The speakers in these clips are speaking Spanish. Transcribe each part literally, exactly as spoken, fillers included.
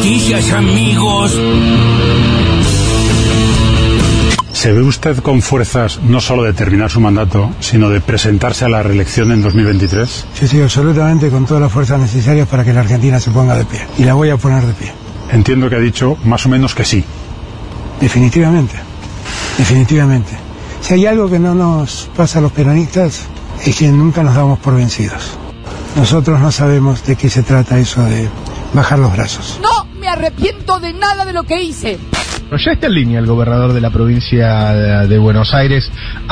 noticias, amigos. ¿Se ve usted con fuerzas no solo de terminar su mandato, sino de presentarse a la reelección en dos mil veintitrés? Sí, sí, absolutamente, con todas las fuerzas necesarias para que la Argentina se ponga de pie. Y la voy a poner de pie. Entiendo que ha dicho más o menos que sí. Definitivamente, definitivamente. Si hay algo que no nos pasa a los peronistas, es que nunca nos damos por vencidos. Nosotros no sabemos de qué se trata eso de bajar los brazos. No me arrepiento de nada de lo que hice. Ya está en línea el gobernador de la provincia de, de Buenos Aires,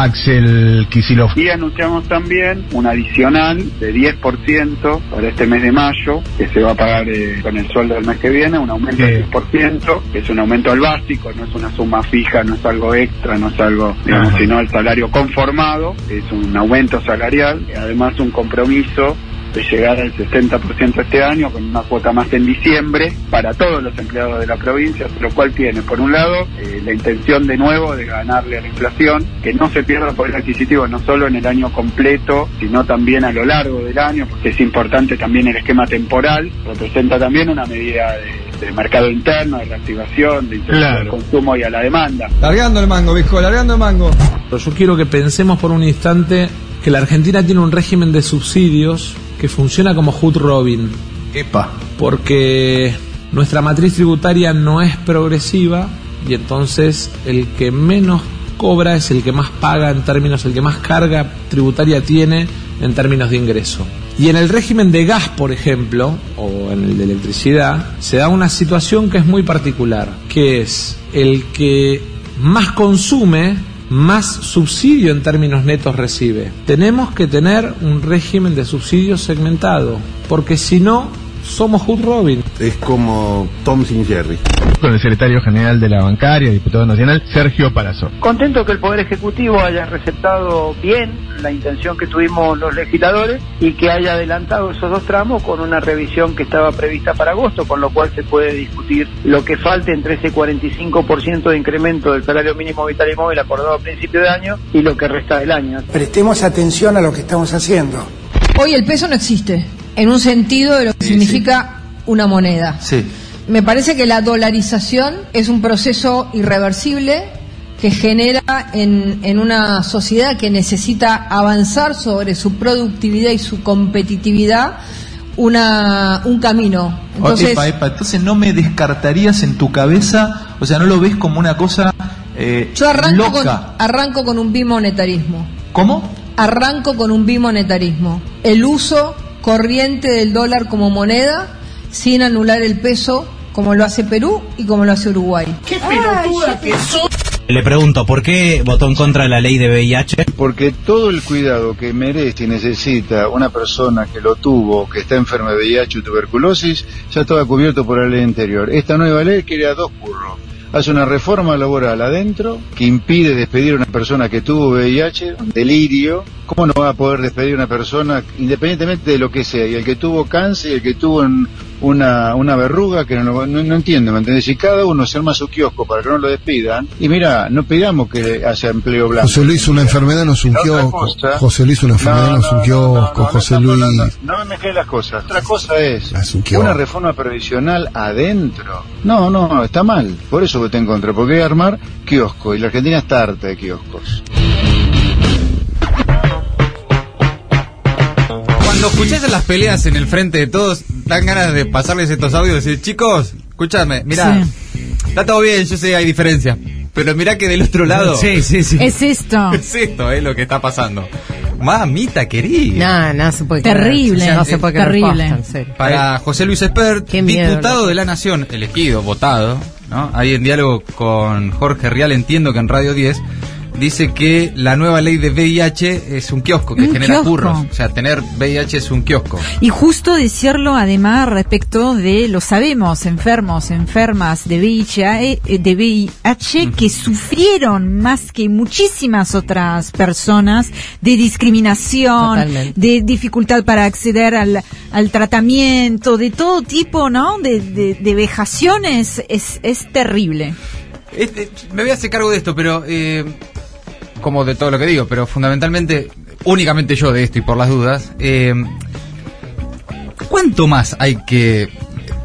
Axel Kicillof. Y anunciamos también un adicional de diez por ciento para este mes de mayo, que se va a pagar eh, con el sueldo del mes que viene, un aumento del diez por ciento, que es un aumento al básico, no es una suma fija, no es algo extra, no es algo, digamos, Ajá. sino el salario conformado, es un aumento salarial, y además un compromiso de llegar al sesenta por ciento este año, con una cuota más en diciembre, para todos los empleados de la provincia, lo cual tiene, por un lado, eh, la intención de nuevo de ganarle a la inflación, que no se pierda poder adquisitivo no solo en el año completo, sino también a lo largo del año, porque es importante también el esquema temporal, representa también una medida de, de mercado interno, de reactivación, de incentivo claro. al consumo y a la demanda. Largando el mango, viejo, largando el mango. Yo quiero que pensemos por un instante que la Argentina tiene un régimen de subsidios que funciona como Hood Robin. Epa. Porque nuestra matriz tributaria no es progresiva y entonces el que menos cobra es el que más paga en términos, el que más carga tributaria tiene en términos de ingreso. Y en el régimen de gas, por ejemplo, o en el de electricidad, se da una situación que es muy particular, que es el que más consume, más subsidio en términos netos recibe. Tenemos que tener un régimen de subsidios segmentado, porque si no, somos Hood Robin. Es como Tom sin Jerry. Con el secretario general de la bancaria, diputado nacional, Sergio Palazzo. Contento que el Poder Ejecutivo haya receptado bien la intención que tuvimos los legisladores y que haya adelantado esos dos tramos con una revisión que estaba prevista para agosto, con lo cual se puede discutir lo que falte entre ese cuarenta y cinco por ciento de incremento del salario mínimo vital y móvil acordado a principio de año y lo que resta del año. Prestemos atención a lo que estamos haciendo. Hoy el peso no existe, en un sentido de lo que sí, significa sí. una moneda. Sí. Me parece que la dolarización es un proceso irreversible que genera en, en una sociedad que necesita avanzar sobre su productividad y su competitividad una un camino. Entonces, epa, epa, entonces no me descartarías en tu cabeza, o sea, no lo ves como una cosa eh, yo arranco loca. Con, arranco con un bimonetarismo. ¿Cómo? Arranco con un bimonetarismo. El uso corriente del dólar como moneda sin anular el peso, como lo hace Perú y como lo hace Uruguay. ¡Qué pelotuda que sos! Le pregunto, ¿por qué votó en contra de la ley de V I H? Porque todo el cuidado que merece y necesita una persona que lo tuvo, que está enferma de V I H o tuberculosis, ya estaba cubierto por la ley anterior. Esta nueva ley quería dos curros. Hace una reforma laboral adentro que impide despedir a una persona que tuvo V I H, un delirio. ¿Cómo no va a poder despedir a una persona independientemente de lo que sea? Y el que tuvo cáncer y el que tuvo un, una una verruga, que no, no, no entiendo, ¿me entendés? Y cada uno se arma su kiosco para que no lo despidan. Y mira, no pidamos que haya empleo blanco. José Luis, una enfermedad no es un kiosco. José Luis, una enfermedad no es un kiosco. José Luis. No me mezcles las cosas. Otra cosa es una reforma previsional adentro. No, no, está mal. Por eso voté en contra, porque hay que armar kiosco. Y la Argentina está harta de kioscos. Cuando escuchás las peleas en el frente de todos, dan ganas de pasarles estos audios y decir, chicos, escúchame, mirá, sí. está todo bien, yo sé, hay diferencias, pero mirá que del otro lado... Sí, sí, sí. Es esto. Es esto, es lo que está pasando. Mamita querida. No, no se puede creer. Terrible. O sea, no se puede creer. Terrible. Posta, Para José Luis Espert, diputado miedo, de la Nación, elegido, votado, ¿no? Ahí en diálogo con Jorge Rial, entiendo que en Radio diez... dice que la nueva ley de V I H es un kiosco que un genera kiosco. curros. O sea, tener V I H es un kiosco. Y justo decirlo además respecto de, lo sabemos, enfermos, enfermas de V I H, de V I H que sufrieron más que muchísimas otras personas de discriminación, Totalmente. de dificultad para acceder al, al tratamiento, de todo tipo, ¿no? De, de, de vejaciones. Es, es terrible. Este, me voy a hacer cargo de esto, pero... Eh, como de todo lo que digo, pero fundamentalmente, únicamente yo de esto y por las dudas, eh, ¿cuánto más hay que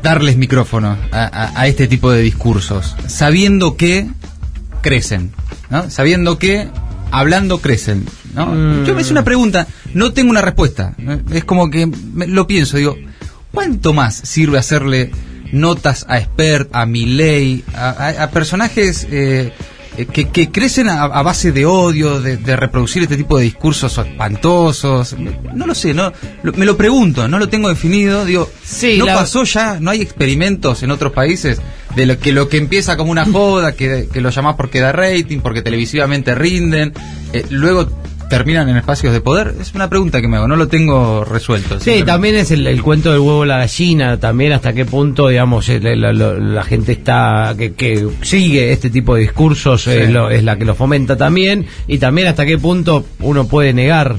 darles micrófono a, a, a este tipo de discursos, sabiendo que crecen, ¿no? Sabiendo que hablando crecen, ¿no? Mm. Yo me hice una pregunta, no tengo una respuesta, ¿no? Es como que me, lo pienso, digo, ¿cuánto más sirve hacerle notas a Spert, a Milei, a, a, a personajes eh, que, que crecen a, a base de odio, de, de reproducir este tipo de discursos espantosos? No lo sé, no lo, me lo pregunto, no lo tengo definido, digo, sí, ¿no la... pasó ya? ¿No hay experimentos en otros países de lo que lo que empieza como una joda, que, que lo llamás porque da rating, porque televisivamente rinden, eh, luego terminan en espacios de poder? Es una pregunta que me hago, no lo tengo resuelto. Sí, también es el, el cuento del huevo y la gallina, también hasta qué punto, digamos, la, la, la, la gente está que, que sigue este tipo de discursos, sí. es, lo, es la que lo fomenta también, y también hasta qué punto uno puede negar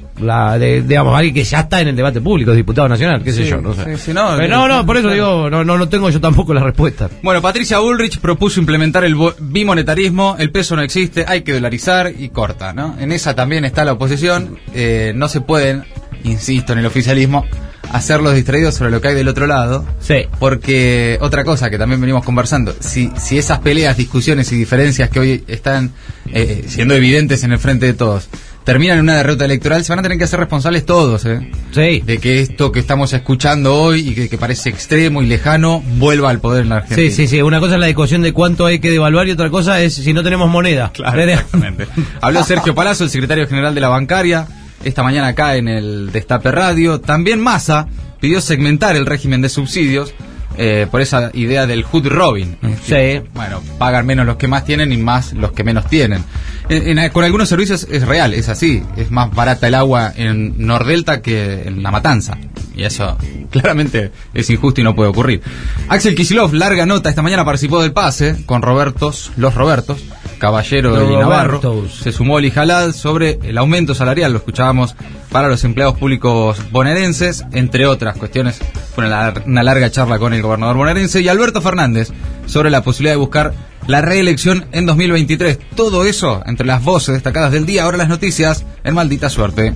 la de, digamos, alguien que ya está en el debate público, diputado nacional, qué sé sí, yo, no sé. Sí, sí, no, Pero no, no, por eso claro. digo, no, no, no tengo yo tampoco la respuesta. Bueno, Patricia Bullrich propuso implementar el bimonetarismo, el peso no existe, hay que dolarizar y corta, ¿no? En esa también está la oposición, eh, no se pueden, insisto, en el oficialismo, hacer los distraídos sobre lo que hay del otro lado. Sí. Porque otra cosa que también venimos conversando, si, si esas peleas, discusiones y diferencias que hoy están eh, siendo evidentes en el frente de todos, terminan en una derrota electoral, se van a tener que hacer responsables todos, ¿eh? Sí. De que esto que estamos escuchando hoy y que, que parece extremo y lejano vuelva al poder en la Argentina. Sí, sí, sí. Una cosa es la ecuación de cuánto hay que devaluar y otra cosa es si no tenemos moneda. Claro, exactamente. Habló Sergio Palazzo, el secretario general de la bancaria, esta mañana acá en el Destape Radio. También Massa pidió segmentar el régimen de subsidios eh, por esa idea del Hood Robin. Sí. Que, bueno, pagan menos los que más tienen y más los que menos tienen. En, en, con algunos servicios es real, es así. Es más barata el agua en Nordelta que en La Matanza. Y eso claramente es injusto y no puede ocurrir. Axel Kicillof, larga nota, esta mañana participó del pase con Robertos, los Robertos, Caballero los y Navarro. Robertos. Se sumó Oli Jalad sobre el aumento salarial, lo escuchábamos, para los empleados públicos bonaerenses, entre otras cuestiones. Fue una, una larga charla con el gobernador bonaerense. Y Alberto Fernández sobre la posibilidad de buscar la reelección en dos mil veintitrés. Todo eso entre las voces destacadas del día. Ahora las noticias en Maldita Suerte.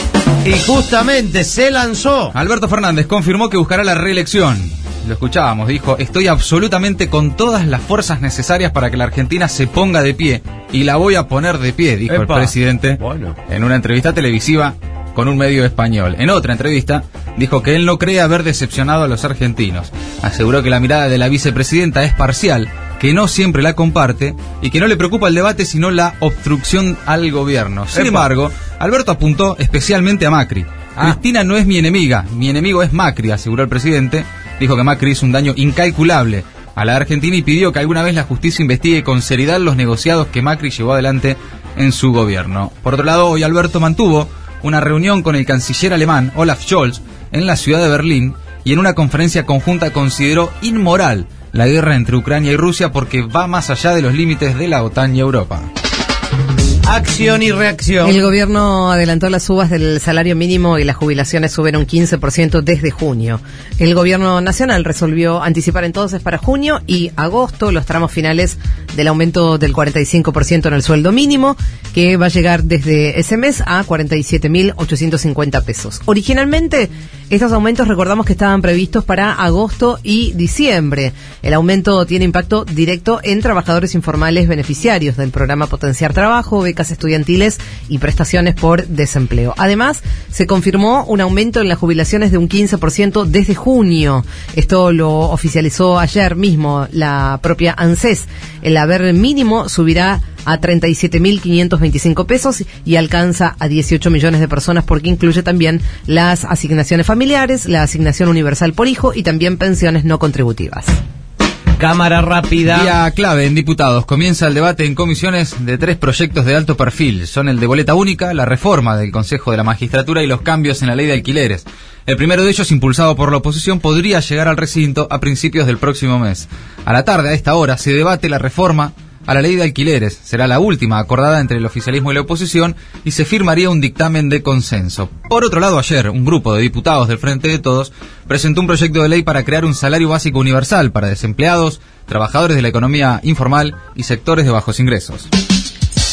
Y justamente se lanzó. Alberto Fernández confirmó que buscará la reelección. Lo escuchábamos, dijo: estoy absolutamente con todas las fuerzas necesarias para que la Argentina se ponga de pie. Y la voy a poner de pie, dijo Epa. el presidente bueno. en una entrevista televisiva con un medio español. En otra entrevista dijo que él no cree haber decepcionado a los argentinos. Aseguró que la mirada de la vicepresidenta es parcial, que no siempre la comparte y que no le preocupa el debate sino la obstrucción al gobierno. Sin Epa. embargo, Alberto apuntó especialmente a Macri. Ah. Cristina no es mi enemiga, mi enemigo es Macri, aseguró el presidente. Dijo que Macri hizo un daño incalculable a la Argentina y pidió que alguna vez la justicia investigue con seriedad los negociados que Macri llevó adelante en su gobierno. Por otro lado, hoy Alberto mantuvo una reunión con el canciller alemán Olaf Scholz en la ciudad de Berlín y en una conferencia conjunta consideró inmoral la guerra entre Ucrania y Rusia porque va más allá de los límites de la OTAN y Europa. Acción y reacción. El gobierno adelantó las subas del salario mínimo y las jubilaciones suben un quince por ciento desde junio. El gobierno nacional resolvió anticipar entonces para junio y agosto los tramos finales del aumento del cuarenta y cinco por ciento en el sueldo mínimo, que va a llegar desde ese mes a cuarenta y siete mil ochocientos cincuenta pesos. Originalmente, estos aumentos recordamos que estaban previstos para agosto y diciembre. El aumento tiene impacto directo en trabajadores informales beneficiarios del programa Potenciar Trabajo, becas estudiantiles y prestaciones por desempleo. Además, se confirmó un aumento en las jubilaciones de un quince por ciento desde junio. Esto lo oficializó ayer mismo la propia ANSES. El haber mínimo subirá a treinta y siete mil quinientos veinticinco pesos y alcanza a dieciocho millones de personas porque incluye también las asignaciones familiares, la asignación universal por hijo y también pensiones no contributivas. Cámara rápida. Día clave en diputados. Comienza el debate en comisiones de tres proyectos de alto perfil. Son el de boleta única, la reforma del Consejo de la Magistratura y los cambios en la ley de alquileres. El primero de ellos, impulsado por la oposición, podría llegar al recinto a principios del próximo mes. A la tarde, a esta hora, se debate la reforma a la ley de alquileres. Será la última acordada entre el oficialismo y la oposición y se firmaría un dictamen de consenso. Por otro lado, ayer, un grupo de diputados del Frente de Todos presentó un proyecto de ley para crear un salario básico universal para desempleados, trabajadores de la economía informal y sectores de bajos ingresos.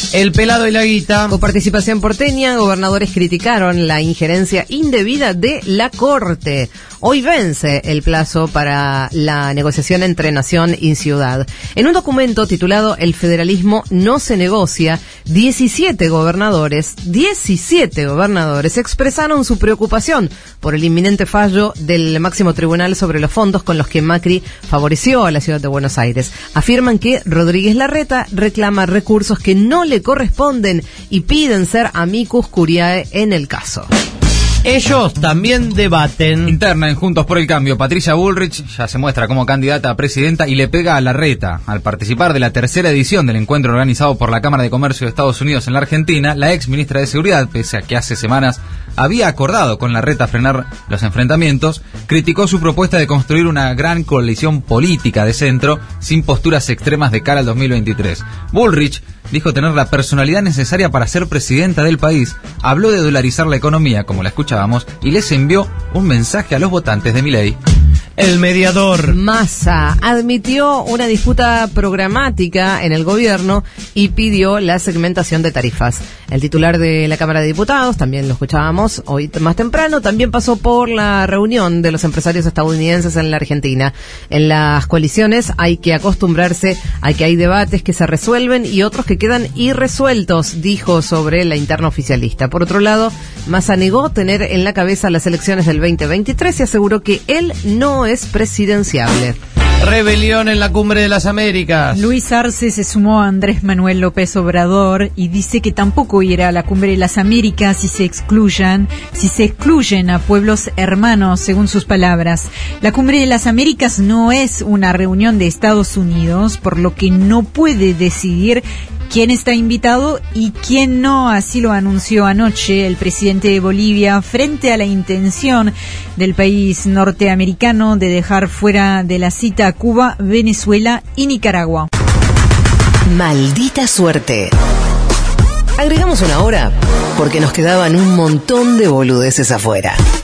El pelado y la guita. Con participación porteña, gobernadores criticaron la injerencia indebida de la Corte. Hoy vence el plazo para la negociación entre Nación y Ciudad. En un documento titulado El federalismo no se negocia, diecisiete gobernadores, diecisiete gobernadores expresaron su preocupación por el inminente fallo del máximo tribunal sobre los fondos con los que Macri favoreció a la ciudad de Buenos Aires. Afirman que Rodríguez Larreta reclama recursos que no le corresponden y piden ser amicus curiae en el caso. Ellos también debaten. Interna en Juntos por el Cambio, Patricia Bullrich ya se muestra como candidata a presidenta y le pega a Larreta. Al participar de la tercera edición del encuentro organizado por la Cámara de Comercio de Estados Unidos en la Argentina, la ex ministra de Seguridad, pese a que hace semanas había acordado con Larreta frenar los enfrentamientos, criticó su propuesta de construir una gran coalición política de centro sin posturas extremas de cara al dos mil veintitrés. Bullrich dijo tener la personalidad necesaria para ser presidenta del país, habló de dolarizar la economía, como la escuchábamos, y les envió un mensaje a los votantes de Milei. El mediador. Massa admitió una disputa programática en el gobierno y pidió la segmentación de tarifas. El titular de la Cámara de Diputados, también lo escuchábamos hoy más temprano, también pasó por la reunión de los empresarios estadounidenses en la Argentina. En las coaliciones hay que acostumbrarse a que hay debates que se resuelven y otros que quedan irresueltos, dijo sobre la interna oficialista. Por otro lado, Massa negó tener en la cabeza las elecciones del veinte veintitrés y aseguró que él no es presidenciable. Rebelión en la Cumbre de las Américas. Luis Arce se sumó a Andrés Manuel López Obrador y dice que tampoco irá a la Cumbre de las Américas si se excluyan, si se excluyen a pueblos hermanos, según sus palabras. La Cumbre de las Américas no es una reunión de Estados Unidos, por lo que no puede decidir quién está invitado y quién no, así lo anunció anoche el presidente de Bolivia frente a la intención del país norteamericano de dejar fuera de la cita a Cuba, Venezuela y Nicaragua. Maldita suerte. Agregamos una hora porque nos quedaban un montón de boludeces afuera.